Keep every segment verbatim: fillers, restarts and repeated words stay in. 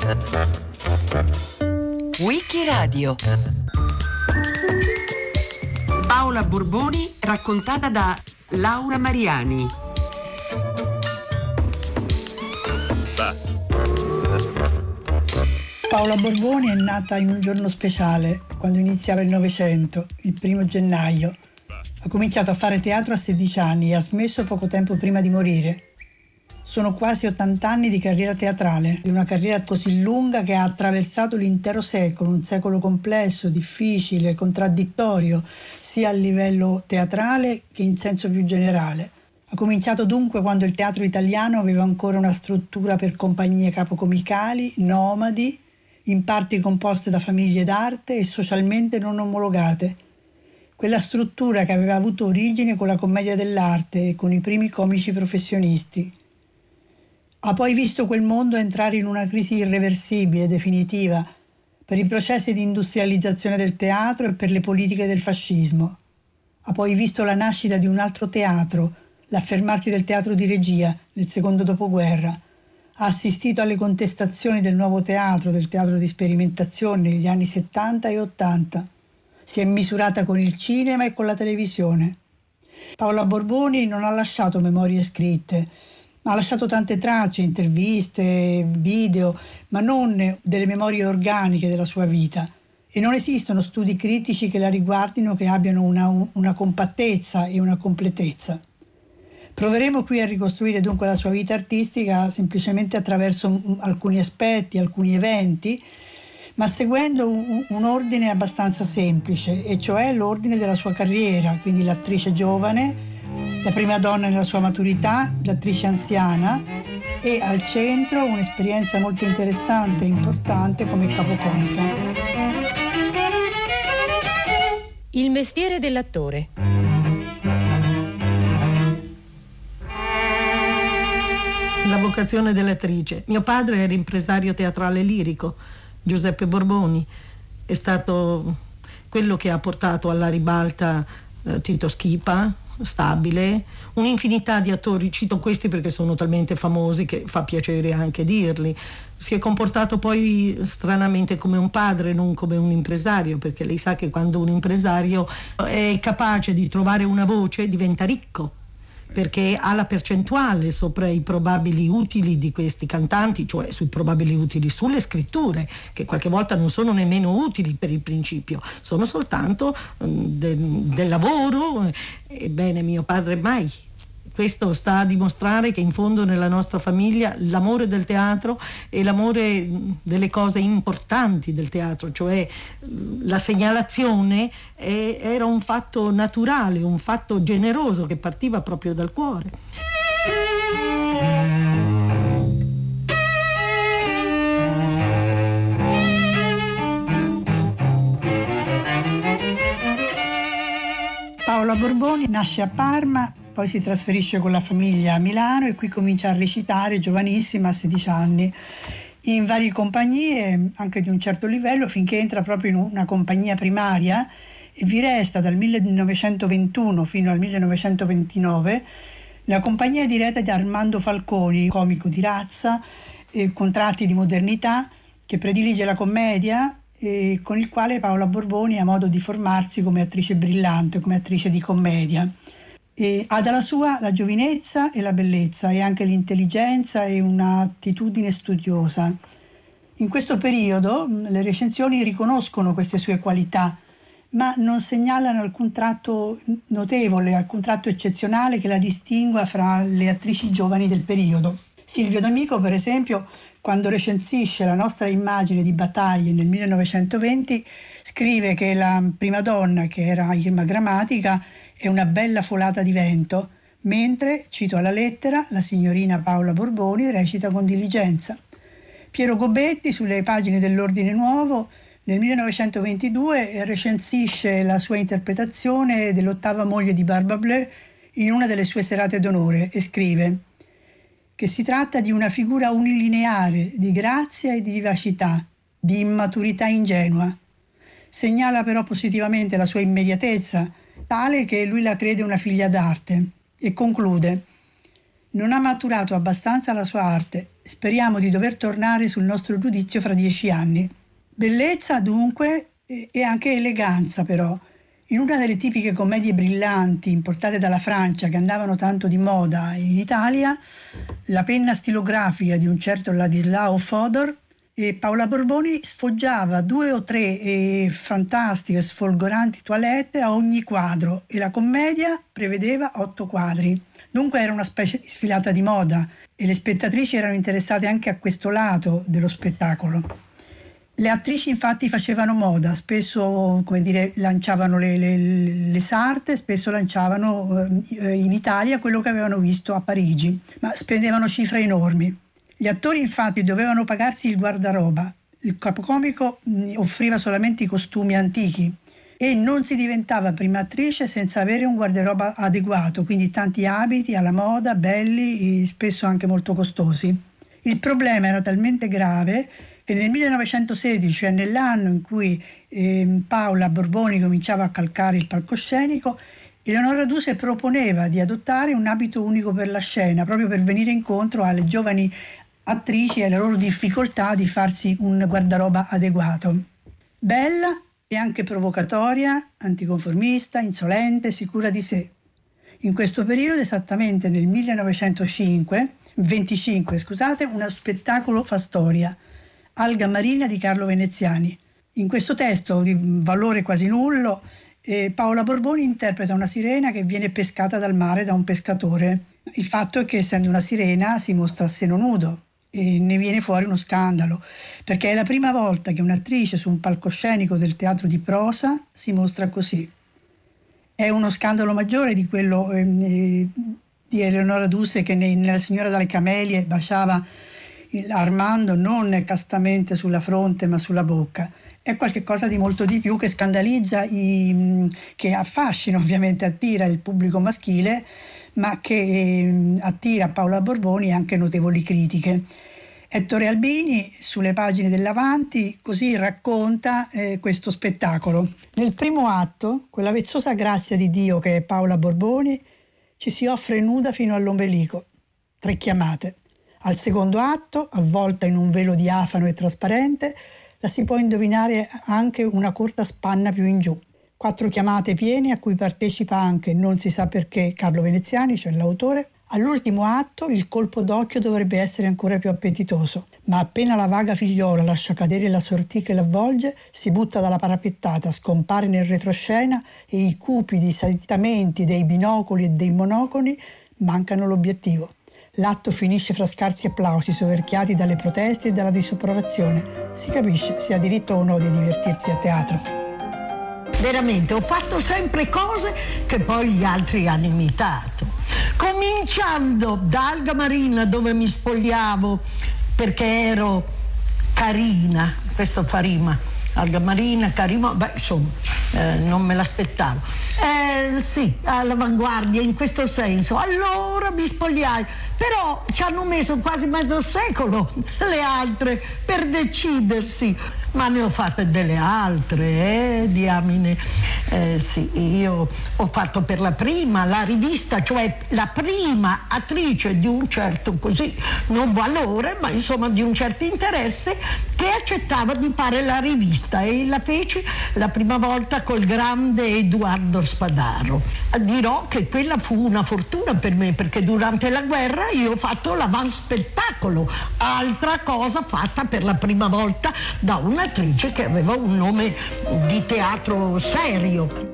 Wikiradio. Paola Borboni raccontata da Laura Mariani. Paola Borboni è nata in un giorno speciale, quando iniziava il Novecento, il primo gennaio. Ha cominciato a fare teatro a sedici anni e ha smesso poco tempo prima di morire. Sono quasi ottanta anni di carriera teatrale, di una carriera così lunga che ha attraversato l'intero secolo, un secolo complesso, difficile, contraddittorio, sia a livello teatrale che in senso più generale. Ha cominciato dunque quando il teatro italiano aveva ancora una struttura per compagnie capocomicali, nomadi, in parti composte da famiglie d'arte e socialmente non omologate. Quella struttura che aveva avuto origine con la commedia dell'arte e con i primi comici professionisti. Ha poi visto quel mondo entrare in una crisi irreversibile, definitiva, per i processi di industrializzazione del teatro e per le politiche del fascismo. Ha poi visto la nascita di un altro teatro, l'affermarsi del teatro di regia nel secondo dopoguerra. Ha assistito alle contestazioni del nuovo teatro, del teatro di sperimentazione negli anni settanta e ottanta. Si è misurata con il cinema e con la televisione. Paola Borboni non ha lasciato memorie scritte, ma ha lasciato tante tracce, interviste, video, ma non delle memorie organiche della sua vita. E non esistono studi critici che la riguardino che abbiano una, una compattezza e una completezza. Proveremo qui a ricostruire dunque la sua vita artistica semplicemente attraverso un, alcuni aspetti, alcuni eventi, ma seguendo un, un ordine abbastanza semplice, e cioè l'ordine della sua carriera, quindi l'attrice giovane, la prima donna nella sua maturità, l'attrice anziana, e al centro un'esperienza molto interessante e importante come capocomica. Il mestiere dell'attore. La vocazione dell'attrice. Mio padre era impresario teatrale lirico, Giuseppe Borboni. È stato quello che ha portato alla ribalta eh, Tito Schipa, Stabile, un'infinità di attori, cito questi perché sono talmente famosi che fa piacere anche dirli. Si è comportato poi stranamente come un padre, non come un impresario, perché lei sa che quando un impresario è capace di trovare una voce diventa ricco, perché ha la percentuale sopra i probabili utili di questi cantanti, cioè sui probabili utili sulle scritture, che qualche volta non sono nemmeno utili per il principio, sono soltanto del, del lavoro. Ebbene, mio padre mai. Questo sta a dimostrare che in fondo nella nostra famiglia l'amore del teatro e l'amore delle cose importanti del teatro, cioè la segnalazione, è, era un fatto naturale, un fatto generoso che partiva proprio dal cuore. Paola Borboni nasce a Parma, poi si trasferisce con la famiglia a Milano e qui comincia a recitare giovanissima, a sedici anni, in varie compagnie, anche di un certo livello, finché entra proprio in una compagnia primaria e vi resta dal millenovecentoventuno fino al millenovecentoventinove. La compagnia è diretta da Armando Falconi, comico di razza, eh, con tratti di modernità, che predilige la commedia, e con il quale Paola Borboni ha modo di formarsi come attrice brillante, come attrice di commedia. E ha dalla sua la giovinezza e la bellezza e anche l'intelligenza e un'attitudine studiosa. In questo periodo le recensioni riconoscono queste sue qualità, ma non segnalano alcun tratto notevole, alcun tratto eccezionale che la distingua fra le attrici giovani del periodo. Silvio D'Amico, per esempio, quando recensisce La nostra immagine di battaglie nel millenovecentoventi, scrive che la prima donna, che era Irma Grammatica, è una bella folata di vento, mentre, cito alla lettera, la signorina Paola Borboni recita con diligenza. Piero Gobetti, sulle pagine dell'Ordine Nuovo, nel millenovecentoventidue recensisce la sua interpretazione dell'ottava moglie di Barba Bleu in una delle sue serate d'onore e scrive che si tratta di una figura unilineare, di grazia e di vivacità, di immaturità ingenua. Segnala però positivamente la sua immediatezza, tale che lui la crede una figlia d'arte, e conclude: non ha maturato abbastanza la sua arte, Speriamo di dover tornare sul nostro giudizio fra dieci anni. Bellezza dunque e anche eleganza però. In una delle tipiche commedie brillanti importate dalla Francia che andavano tanto di moda in Italia, la penna stilografica di un certo Ladislao Fodor, e Paola Borboni sfoggiava due o tre eh, fantastiche, sfolgoranti toilette a ogni quadro e la commedia prevedeva otto quadri. Dunque era una specie di sfilata di moda e le spettatrici erano interessate anche a questo lato dello spettacolo. Le attrici infatti facevano moda, spesso come dire, lanciavano le, le, le sarte, spesso lanciavano eh, in Italia quello che avevano visto a Parigi, ma spendevano cifre enormi. Gli attori infatti dovevano pagarsi il guardaroba, il capocomico mh, offriva solamente i costumi antichi e non si diventava prima attrice senza avere un guardaroba adeguato, quindi tanti abiti alla moda, belli, spesso anche molto costosi. Il problema era talmente grave che nel millenovecentosedici, cioè nell'anno in cui eh, Paola Borboni cominciava a calcare il palcoscenico, Eleonora Duse proponeva di adottare un abito unico per la scena, proprio per venire incontro alle giovani attrici e alle loro difficoltà di farsi un guardaroba adeguato. Bella e anche provocatoria, anticonformista, insolente, sicura di sé. In questo periodo, esattamente nel millenovecentocinque, venticinque, scusate, uno spettacolo fa storia, Alga marina di Carlo Veneziani. In questo testo di valore quasi nullo, eh, Paola Borboni interpreta una sirena che viene pescata dal mare da un pescatore. Il fatto è che, essendo una sirena, si mostra a seno nudo e ne viene fuori uno scandalo, perché è la prima volta che un'attrice su un palcoscenico del teatro di prosa si mostra così. È uno scandalo maggiore di quello eh, di Eleonora Duse che nella Signora dalle Camelie baciava Armando non castamente sulla fronte ma sulla bocca. È qualcosa di molto di più che scandalizza, i, che affascina, ovviamente attira il pubblico maschile, ma che eh, attira Paola Borboni anche notevoli critiche. Ettore Albini, sulle pagine dell'Avanti, così racconta eh, questo spettacolo. Nel primo atto, quella vezzosa grazia di Dio che è Paola Borboni ci si offre nuda fino all'ombelico, tre chiamate. Al secondo atto, avvolta in un velo diafano e trasparente, la si può indovinare anche una corta spanna più in giù. Quattro chiamate piene a cui partecipa anche, non si sa perché, Carlo Veneziani, cioè l'autore. All'ultimo atto il colpo d'occhio dovrebbe essere ancora più appetitoso, ma appena la vaga figliola lascia cadere la sortì che l'avvolge, si butta dalla parapettata, scompare nel retroscena e i cupidi salitamenti dei binocoli e dei monocoli mancano l'obiettivo. L'atto finisce fra scarsi applausi soverchiati dalle proteste e dalla disapprovazione. Si capisce se ha diritto o no di divertirsi a teatro. Veramente, ho fatto sempre cose che poi gli altri hanno imitato. Cominciando da Alga Marina, dove mi spogliavo perché ero carina, questo fa rima, Alga Marina, carina, beh insomma, eh, non me l'aspettavo. Eh, sì, all'avanguardia in questo senso. Allora mi spogliai, però ci hanno messo quasi mezzo secolo le altre per decidersi, ma ne ho fatte delle altre, eh, diamine. Eh, sì, io ho fatto per la prima la rivista, cioè la prima attrice di un certo così, non valore, ma insomma di un certo interesse, che accettava di fare la rivista, e la feci la prima volta col grande Edoardo Spadaro. Dirò che quella fu una fortuna per me, perché durante la guerra io ho fatto l'avanspettacolo, altra cosa fatta per la prima volta da un'attrice che aveva un nome di teatro serio.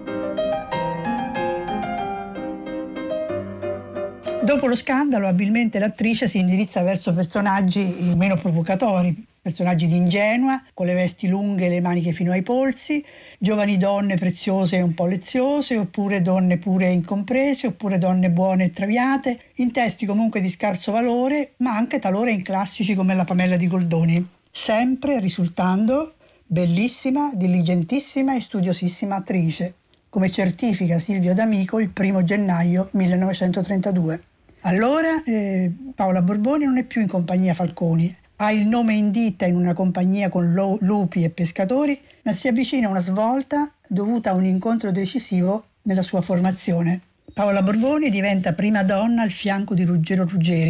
Dopo lo scandalo, abilmente l'attrice si indirizza verso personaggi meno provocatori, personaggi di ingenua, con le vesti lunghe e le maniche fino ai polsi, giovani donne preziose e un po' leziose, oppure donne pure incomprese, oppure donne buone e traviate, in testi comunque di scarso valore, ma anche talora in classici come La Pamella di Goldoni, sempre risultando bellissima, diligentissima e studiosissima attrice, come certifica Silvio D'Amico il primo gennaio millenovecentotrentadue. Allora eh, Paola Borboni non è più in compagnia Falconi, ha il nome in ditta in una compagnia con lo- lupi e pescatori, ma si avvicina a una svolta dovuta a un incontro decisivo nella sua formazione. Paola Borboni diventa prima donna al fianco di Ruggero Ruggeri.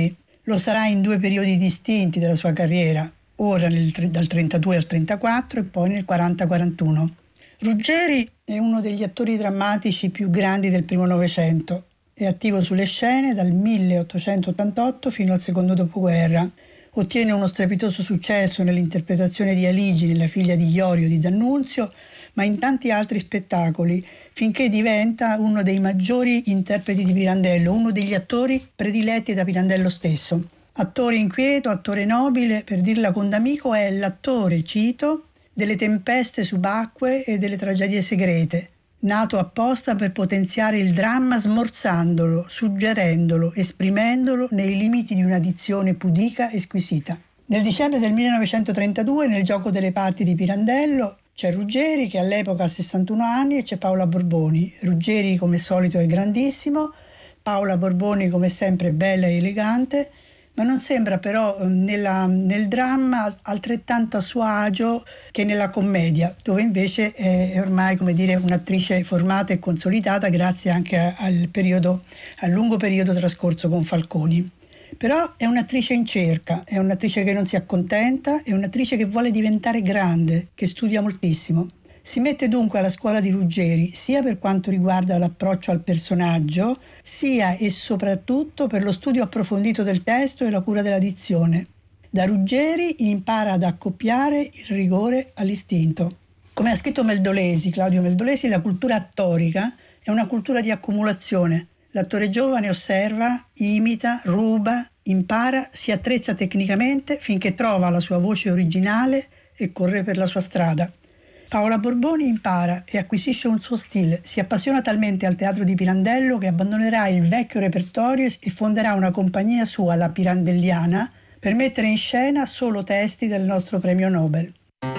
Lo sarà in due periodi distinti della sua carriera, ora nel, dal trentadue al trentaquattro e poi nel quaranta quarantuno. Ruggeri è uno degli attori drammatici più grandi del primo Novecento. È attivo sulle scene dal milleottocentottantotto fino al secondo dopoguerra. Ottiene uno strepitoso successo nell'interpretazione di Aligine, la figlia di Iorio di D'Annunzio, ma in tanti altri spettacoli, finché diventa uno dei maggiori interpreti di Pirandello, uno degli attori prediletti da Pirandello stesso. Attore inquieto, attore nobile, per dirla con D'Amico è l'attore, cito, delle tempeste subacquee e delle tragedie segrete, nato apposta per potenziare il dramma smorzandolo, suggerendolo, esprimendolo nei limiti di una dizione pudica e squisita. Nel dicembre del millenovecentotrentadue, nel gioco delle parti di Pirandello, c'è Ruggeri, che all'epoca ha sessantuno anni, e c'è Paola Borboni. Ruggeri, come solito, è grandissimo, Paola Borboni, come sempre, bella e elegante, ma non sembra però nella, nel dramma altrettanto a suo agio che nella commedia, dove invece è ormai, come dire, un'attrice formata e consolidata grazie anche al, periodo, al lungo periodo trascorso con Falconi. Però è un'attrice in cerca, è un'attrice che non si accontenta, è un'attrice che vuole diventare grande, che studia moltissimo. Si mette dunque alla scuola di Ruggeri, sia per quanto riguarda l'approccio al personaggio, sia e soprattutto per lo studio approfondito del testo e la cura della dizione. Da Ruggeri impara ad accoppiare il rigore all'istinto. Come ha scritto Meldolesi, Claudio Meldolesi, la cultura attorica è una cultura di accumulazione. L'attore giovane osserva, imita, ruba, impara, si attrezza tecnicamente finché trova la sua voce originale e corre per la sua strada. Paola Borboni impara e acquisisce un suo stile, si appassiona talmente al teatro di Pirandello che abbandonerà il vecchio repertorio e fonderà una compagnia sua, la Pirandelliana, per mettere in scena solo testi del nostro premio Nobel.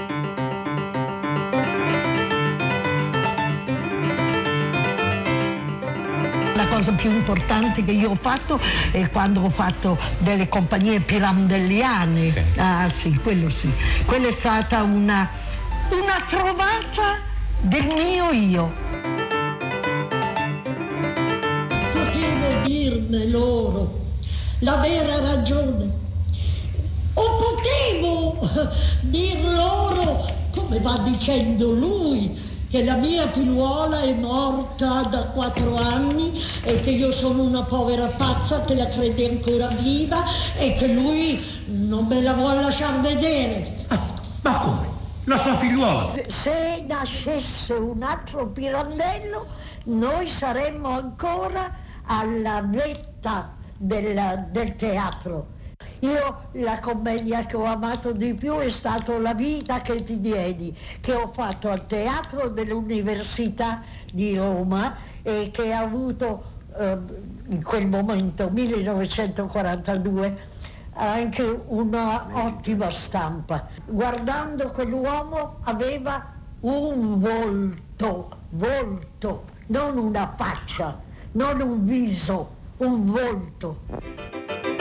La cosa più importante che io ho fatto è quando ho fatto delle compagnie pirandelliane. Sì. Ah sì, quello sì. Quella è stata una... una trovata del mio io. Potevo dirne loro la vera ragione, o potevo dir loro, come va dicendo lui, che la mia figliuola è morta da quattro anni e che io sono una povera pazza che la crede ancora viva e che lui non me la vuole lasciar vedere. Ah, ma come? La sua figliuola. Se nascesse un altro Pirandello, noi saremmo ancora alla vetta del, del teatro. Io la commedia che ho amato di più è stata La vita che ti diedi, che ho fatto al Teatro dell'Università di Roma e che ha avuto eh, in quel momento, millenovecentoquarantadue, anche una ottima stampa. Guardando quell'uomo aveva un volto, volto, non una faccia, non un viso, un volto.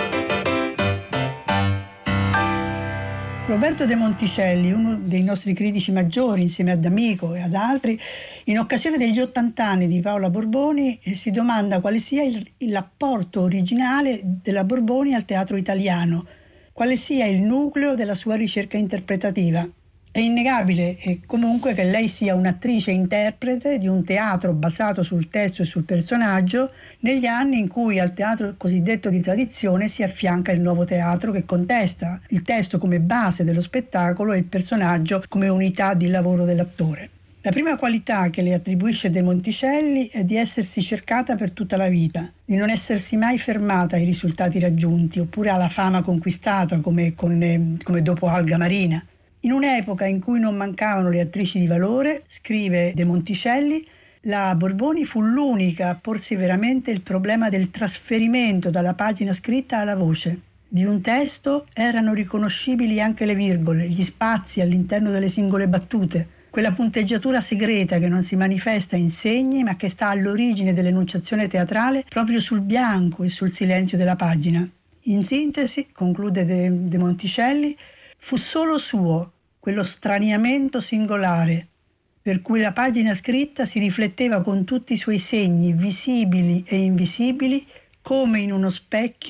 Roberto De Monticelli, uno dei nostri critici maggiori insieme a D'Amico e ad altri, in occasione degli ottanta anni di Paola Borboni eh, si domanda quale sia il, l'apporto originale della Borboni al teatro italiano, quale sia il nucleo della sua ricerca interpretativa. È innegabile e comunque che lei sia un'attrice interprete di un teatro basato sul testo e sul personaggio negli anni in cui al teatro cosiddetto di tradizione si affianca il nuovo teatro che contesta il testo come base dello spettacolo e il personaggio come unità di lavoro dell'attore. La prima qualità che le attribuisce De Monticelli è di essersi cercata per tutta la vita, di non essersi mai fermata ai risultati raggiunti oppure alla fama conquistata come, con, come dopo Alga Marina. In un'epoca in cui non mancavano le attrici di valore, scrive De Monticelli, la Borboni fu l'unica a porsi veramente il problema del trasferimento dalla pagina scritta alla voce. Di un testo erano riconoscibili anche le virgole, gli spazi all'interno delle singole battute, quella punteggiatura segreta che non si manifesta in segni ma che sta all'origine dell'enunciazione teatrale proprio sul bianco e sul silenzio della pagina. In sintesi, conclude De, De Monticelli, fu solo suo quello straniamento singolare per cui la pagina scritta si rifletteva con tutti i suoi segni visibili e invisibili come in uno specchio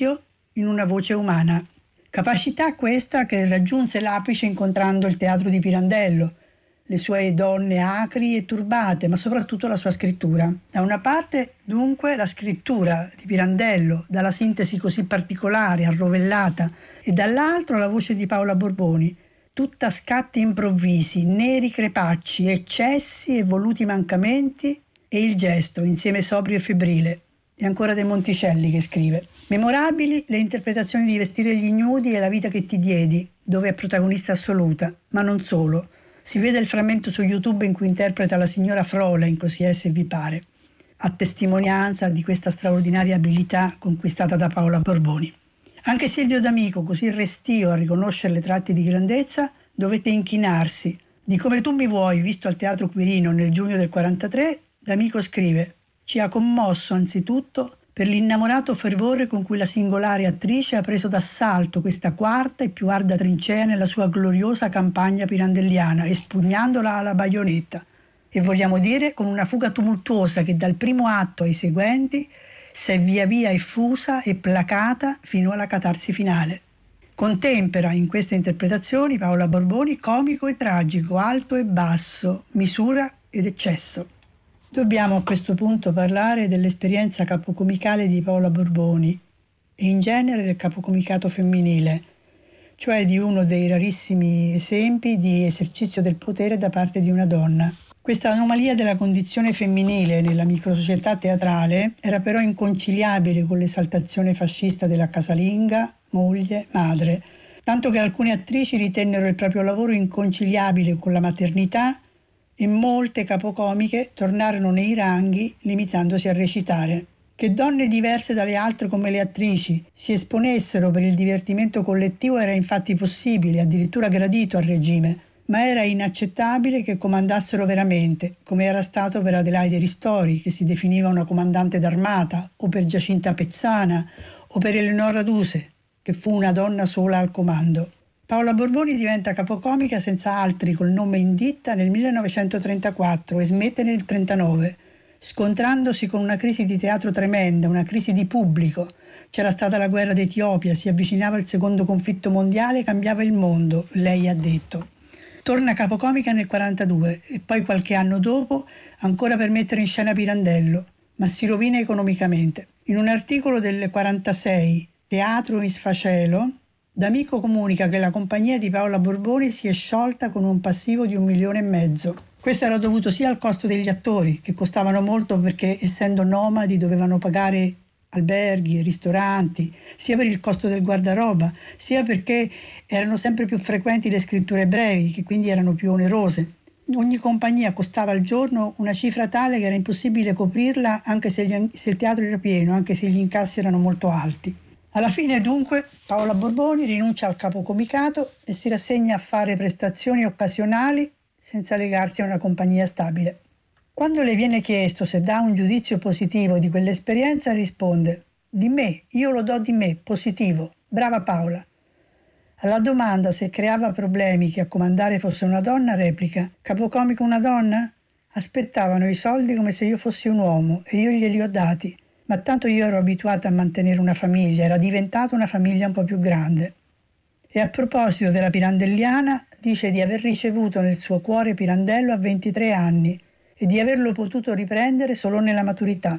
in una voce umana. Capacità questa che raggiunse l'apice incontrando il teatro di Pirandello, le sue donne acri e turbate, ma soprattutto la sua scrittura. Da una parte, dunque, la scrittura di Pirandello, dalla sintesi così particolare, arrovellata, e dall'altro la voce di Paola Borboni, tutta scatti improvvisi, neri crepacci, eccessi e voluti mancamenti, e il gesto, insieme sobrio e febbrile. È ancora De Monticelli che scrive: memorabili le interpretazioni di Vestire gli ignudi e La vita che ti diedi, dove è protagonista assoluta, ma non solo. Si vede il frammento su YouTube in cui interpreta la signora Frola, così è se vi pare, a testimonianza di questa straordinaria abilità conquistata da Paola Borboni. Anche Silvio D'Amico, così restio a riconoscere le tratti di grandezza, dovette inchinarsi. Di Come tu mi vuoi, visto al Teatro Quirino nel giugno del quarantatré, D'Amico scrive: ci ha commosso anzitutto per l'innamorato fervore con cui la singolare attrice ha preso d'assalto questa quarta e più arda trincea nella sua gloriosa campagna pirandelliana, espugnandola alla baionetta, e vogliamo dire con una fuga tumultuosa che dal primo atto ai seguenti s'è via via effusa e placata fino alla catarsi finale. Contempera in queste interpretazioni Paola Borboni comico e tragico, alto e basso, misura ed eccesso. Dobbiamo a questo punto parlare dell'esperienza capocomicale di Paola Borboni e in genere del capocomicato femminile, cioè di uno dei rarissimi esempi di esercizio del potere da parte di una donna. Questa anomalia della condizione femminile nella microsocietà teatrale era però inconciliabile con l'esaltazione fascista della casalinga, moglie, madre, tanto che alcune attrici ritennero il proprio lavoro inconciliabile con la maternità e molte capocomiche tornarono nei ranghi limitandosi a recitare. Che donne diverse dalle altre come le attrici si esponessero per il divertimento collettivo era infatti possibile, addirittura gradito al regime, ma era inaccettabile che comandassero veramente, come era stato per Adelaide Ristori, che si definiva una comandante d'armata, o per Giacinta Pezzana, o per Eleonora Duse, che fu una donna sola al comando. Paola Borboni diventa capocomica senza altri col nome in ditta nel millenovecentotrentaquattro e smette nel trentanove, scontrandosi con una crisi di teatro tremenda, una crisi di pubblico. C'era stata la guerra d'Etiopia, si avvicinava il secondo conflitto mondiale, cambiava il mondo, lei ha detto. Torna capocomica nel quarantadue e poi qualche anno dopo ancora per mettere in scena Pirandello, ma si rovina economicamente. In un articolo del quarantasei, Teatro in sfacelo, D'Amico comunica che la compagnia di Paola Borboni si è sciolta con un passivo di un milione e mezzo. Questo era dovuto sia al costo degli attori, che costavano molto perché essendo nomadi dovevano pagare alberghi e ristoranti, sia per il costo del guardaroba, sia perché erano sempre più frequenti le scritture brevi, che quindi erano più onerose. Ogni compagnia costava al giorno una cifra tale che era impossibile coprirla anche se, gli, se il teatro era pieno, anche se gli incassi erano molto alti. Alla fine dunque Paola Borboni rinuncia al capocomicato e si rassegna a fare prestazioni occasionali senza legarsi a una compagnia stabile. Quando le viene chiesto se dà un giudizio positivo di quell'esperienza risponde: di me, io lo do di me, positivo, brava Paola. Alla domanda se creava problemi che a comandare fosse una donna replica: capocomico una donna? Aspettavano i soldi come se io fossi un uomo e io glieli ho dati. Ma tanto io ero abituata a mantenere una famiglia, era diventata una famiglia un po' più grande. E a proposito della Pirandelliana, dice di aver ricevuto nel suo cuore Pirandello a ventitré anni e di averlo potuto riprendere solo nella maturità.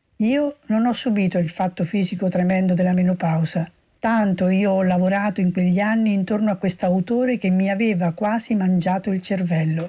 Io non ho subito il fatto fisico tremendo della menopausa, tanto io ho lavorato in quegli anni intorno a quest'autore che mi aveva quasi mangiato il cervello.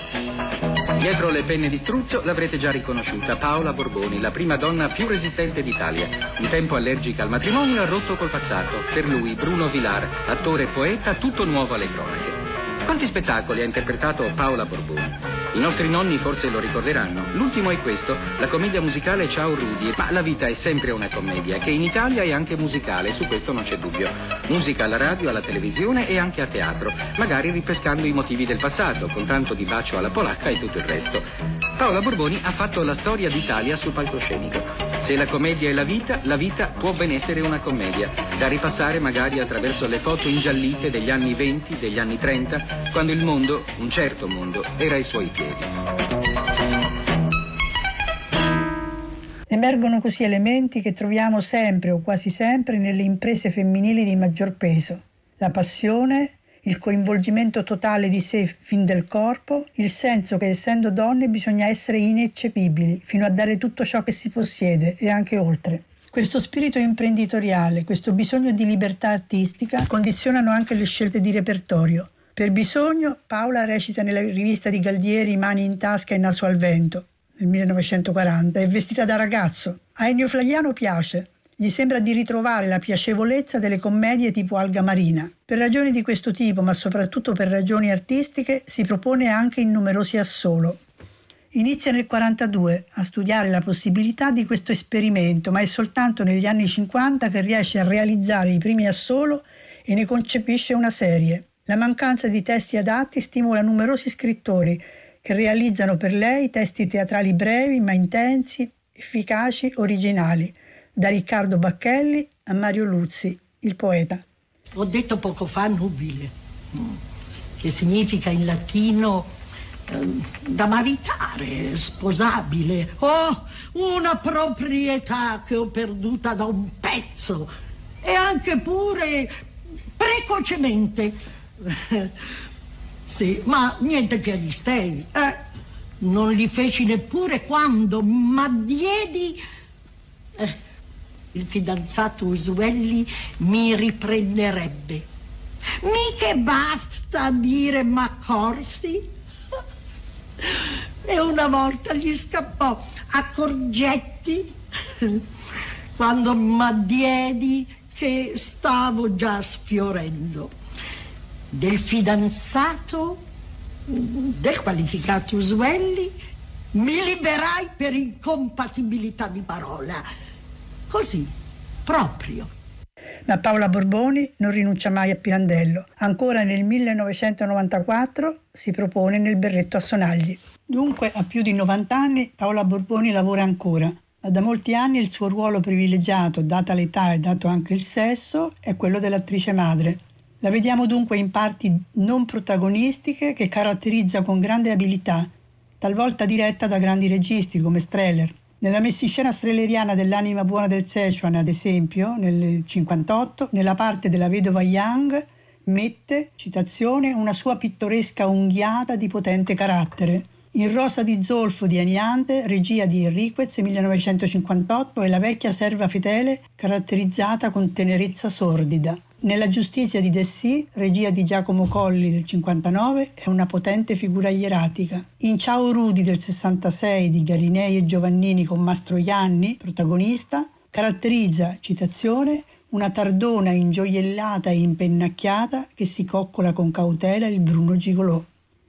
Dietro le penne di struzzo l'avrete già riconosciuta, Paola Borboni, la prima donna più resistente d'Italia. Un tempo allergica al matrimonio, ha rotto col passato. Per lui, Bruno Vilar, attore e poeta, tutto nuovo alle cronache. Quanti spettacoli ha interpretato Paola Borboni? I nostri nonni forse lo ricorderanno. L'ultimo è questo, la commedia musicale Ciao Rudy. Ma la vita è sempre una commedia, che in Italia è anche musicale, su questo non c'è dubbio. Musica alla radio, alla televisione e anche a teatro, magari ripescando i motivi del passato, con tanto di bacio alla polacca e tutto il resto. Paola Borboni ha fatto la storia d'Italia sul palcoscenico. Se la commedia è la vita, la vita può ben essere una commedia, da ripassare magari attraverso le foto ingiallite degli anni venti, degli anni trenta, quando il mondo, un certo mondo, era ai suoi piedi. E Emergono così elementi che troviamo sempre o quasi sempre nelle imprese femminili di maggior peso: la passione, il coinvolgimento totale di sé fin del corpo, il senso che essendo donne bisogna essere ineccepibili fino a dare tutto ciò che si possiede e anche oltre. Questo spirito imprenditoriale, questo bisogno di libertà artistica condizionano anche le scelte di repertorio. Per bisogno, Paola recita nella rivista di Galdieri Mani in tasca e naso al vento, nel millenovecentoquaranta, è vestita da ragazzo. A Ennio Flaiano piace. Gli sembra di ritrovare la piacevolezza delle commedie tipo Alga Marina. Per ragioni di questo tipo, ma soprattutto per ragioni artistiche, si propone anche in numerosi assolo. Inizia nel quarantadue a studiare la possibilità di questo esperimento, ma è soltanto negli anni cinquanta che riesce a realizzare i primi assolo e ne concepisce una serie. La mancanza di testi adatti stimola numerosi scrittori che realizzano per lei testi teatrali brevi ma intensi, efficaci, originali, da Riccardo Bacchelli a Mario Luzzi, il poeta. Ho detto poco fa nubile, che significa in latino eh, da maritare, sposabile. Oh, una proprietà che ho perduta da un pezzo e anche pure precocemente. Sì, ma niente pianistei, eh? Non li feci neppure quando m'addiedi. Eh. Il fidanzato Usuelli mi riprenderebbe. Mica basta dire m'accorsi. E una volta gli scappò a Corgetti quando m'addiedi che stavo già sfiorendo. Del fidanzato, del qualificato Usuelli, mi liberai per incompatibilità di parola. Così, proprio. Ma Paola Borboni non rinuncia mai a Pirandello. Ancora nel millenovecentonovantaquattro si propone nel Berretto a Sonagli. Dunque, a più di novanta anni, Paola Borboni lavora ancora. Ma da molti anni il suo ruolo privilegiato, data l'età e dato anche il sesso, è quello dell'attrice madre. La vediamo dunque in parti non protagonistiche che caratterizza con grande abilità, talvolta diretta da grandi registi come Strehler. Nella messiscena strehleriana dell'Anima buona del Szechuan, ad esempio, nel cinquantotto, nella parte della vedova Young, mette, citazione, una sua pittoresca unghiata di potente carattere. In Rosa di zolfo di Aniante, regia di Enriquez, millenovecentocinquantotto, è la vecchia serva fedele caratterizzata con tenerezza sordida. Nella Giustizia di Dessì, regia di Giacomo Colli del cinquantanove, è una potente figura ieratica. In Ciao Rudi del sessantasei di Garinei e Giovannini con Mastroianni, protagonista, caratterizza, citazione, una tardona ingioiellata e impennacchiata che si coccola con cautela il Bruno Gigolò.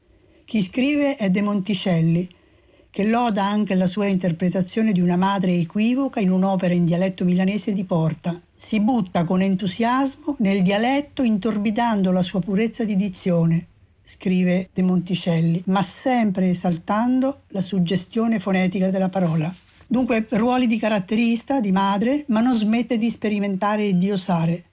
Chi scrive è De Monticelli, che loda anche la sua interpretazione di una madre equivoca in un'opera in dialetto milanese di Porta. Si butta con entusiasmo nel dialetto intorbidando la sua purezza di dizione, scrive De Monticelli, ma sempre esaltando la suggestione fonetica della parola. Dunque ruoli di caratterista, di madre, ma non smette di sperimentare e di osare.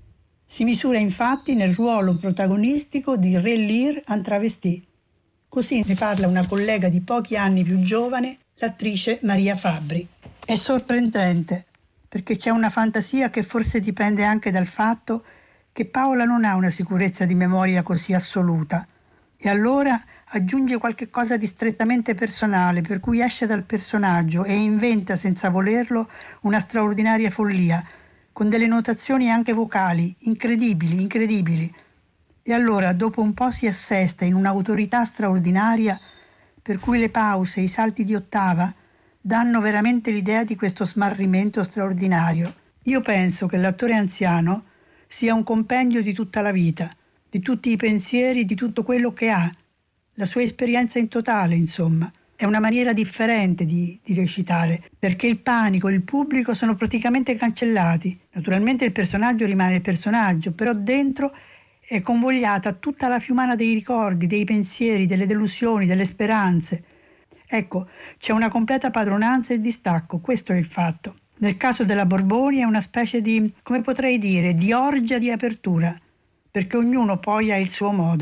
Si misura infatti nel ruolo protagonistico di Re Lear en travesti. Così ne parla una collega di pochi anni più giovane, l'attrice Maria Fabbri. È sorprendente, perché c'è una fantasia che forse dipende anche dal fatto che Paola non ha una sicurezza di memoria così assoluta e allora aggiunge qualche cosa di strettamente personale, per cui esce dal personaggio e inventa senza volerlo una straordinaria follia, con delle notazioni anche vocali, incredibili, incredibili. E allora dopo un po' si assesta in un'autorità straordinaria per cui le pause, i salti di ottava danno veramente l'idea di questo smarrimento straordinario. Io penso che l'attore anziano sia un compendio di tutta la vita, di tutti i pensieri, di tutto quello che ha, la sua esperienza in totale, insomma. È una maniera differente di, di recitare, perché il panico e il pubblico sono praticamente cancellati. Naturalmente il personaggio rimane il personaggio, però dentro è convogliata tutta la fiumana dei ricordi, dei pensieri, delle delusioni, delle speranze. Ecco, c'è una completa padronanza e distacco, questo è il fatto. Nel caso della Borboni è una specie di, come potrei dire, di orgia di apertura, perché ognuno poi ha il suo modo.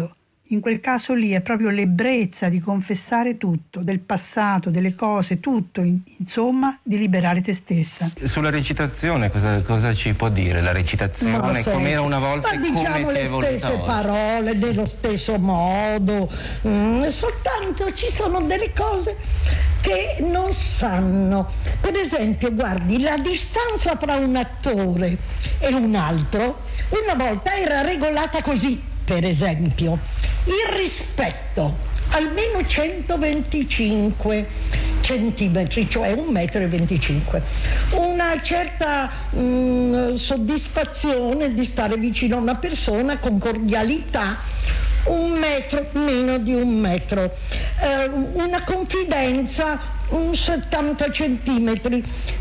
In quel caso lì è proprio l'ebbrezza di confessare tutto, del passato, delle cose, tutto, in, insomma, di liberare te stessa. Sulla recitazione cosa, cosa ci può dire? La recitazione come era una volta e come si è evoluta oggi? Ma diciamo le stesse parole, nello stesso modo, mm, soltanto ci sono delle cose che non sanno. Per esempio, guardi, la distanza tra un attore e un altro una volta era regolata così. Per esempio, il rispetto, almeno centoventicinque centimetri, cioè un metro e venticinque. Una certa mh, soddisfazione di stare vicino a una persona con cordialità, un metro, meno di un metro. Eh, una confidenza, un settanta centimetri,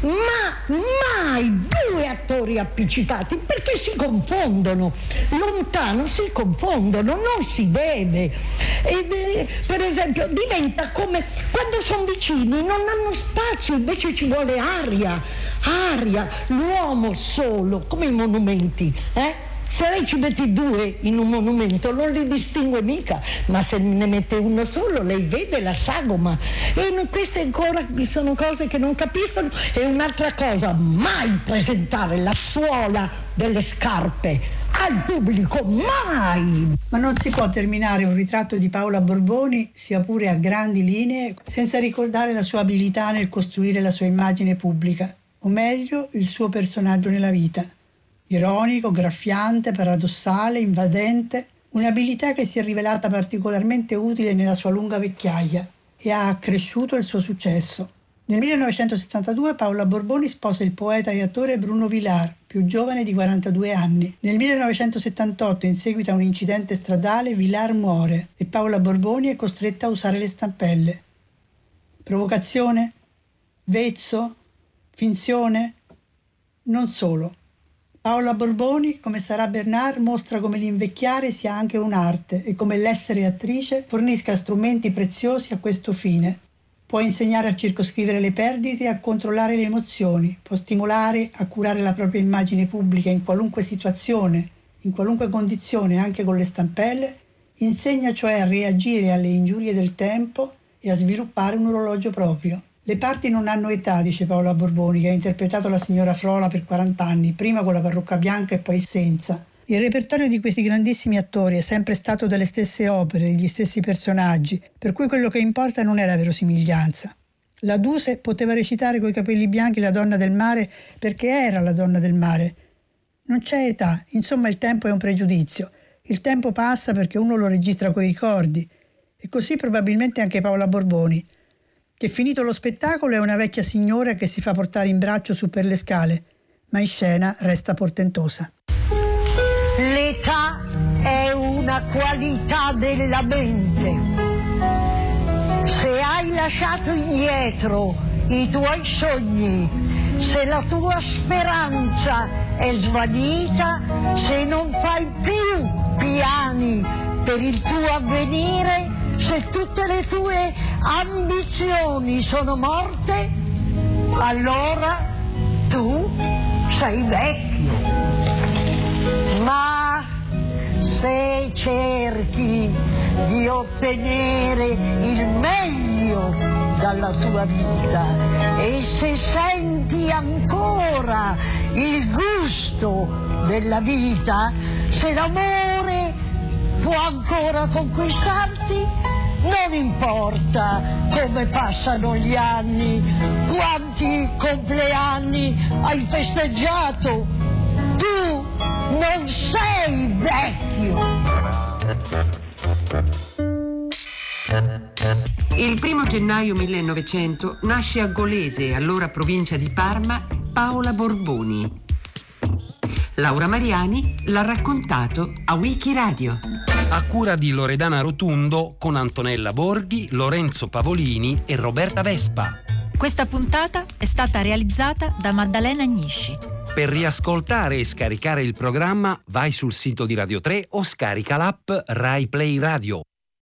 ma mai due attori appiccicati, perché si confondono, lontano si confondono, non si deve. Ed, eh, per esempio, diventa come quando sono vicini, non hanno spazio, invece ci vuole aria, aria, l'uomo solo, come i monumenti, eh? Se lei ci mette due in un monumento non li distingue mica, ma se ne mette uno solo lei vede la sagoma. E queste ancora sono cose che non capiscono. E un'altra cosa, mai presentare la suola delle scarpe al pubblico, mai! Ma non si può terminare un ritratto di Paola Borboni, sia pure a grandi linee, senza ricordare la sua abilità nel costruire la sua immagine pubblica, o meglio, il suo personaggio nella vita. Ironico, graffiante, paradossale, invadente, un'abilità che si è rivelata particolarmente utile nella sua lunga vecchiaia e ha accresciuto il suo successo. Nel millenovecentosettantadue Paola Borboni sposa il poeta e attore Bruno Vilar, più giovane di quarantadue anni. Nel millenovecentosettantotto, in seguito a un incidente stradale, Vilar muore e Paola Borboni è costretta a usare le stampelle. Provocazione? Vezzo? Finzione? Non solo. Paola Borboni, come Sarah Bernard, mostra come l'invecchiare sia anche un'arte e come l'essere attrice fornisca strumenti preziosi a questo fine. Può insegnare a circoscrivere le perdite e a controllare le emozioni, può stimolare a curare la propria immagine pubblica in qualunque situazione, in qualunque condizione, anche con le stampelle, insegna cioè a reagire alle ingiurie del tempo e a sviluppare un orologio proprio. Le parti non hanno età, dice Paola Borboni, che ha interpretato la signora Frola per quaranta anni, prima con la parrucca bianca e poi senza. Il repertorio di questi grandissimi attori è sempre stato delle stesse opere, degli stessi personaggi, per cui quello che importa non è la verosimiglianza. La Duse poteva recitare coi capelli bianchi la donna del mare perché era la donna del mare. Non c'è età, insomma il tempo è un pregiudizio. Il tempo passa perché uno lo registra coi ricordi. E così probabilmente anche Paola Borboni, che finito lo spettacolo è una vecchia signora che si fa portare in braccio su per le scale, ma in scena resta portentosa. L'età è una qualità della mente. Se hai lasciato indietro i tuoi sogni, se la tua speranza è svanita, se non fai più piani per il tuo avvenire, se tutte le tue ambizioni sono morte, allora tu sei vecchio. Ma se cerchi di ottenere il meglio dalla tua vita e se senti ancora il gusto della vita, se l'amore può ancora conquistarti, non importa come passano gli anni, quanti compleanni hai festeggiato, tu non sei vecchio. Il primo gennaio millenovecento nasce a Golese, allora provincia di Parma, Paola Borboni. Laura Mariani l'ha raccontato a Wikiradio. A cura di Loredana Rotundo con Antonella Borghi, Lorenzo Pavolini e Roberta Vespa. Questa puntata è stata realizzata da Maddalena Agnisci. Per riascoltare e scaricare il programma vai sul sito di Radio tre o scarica l'app Rai Play Radio.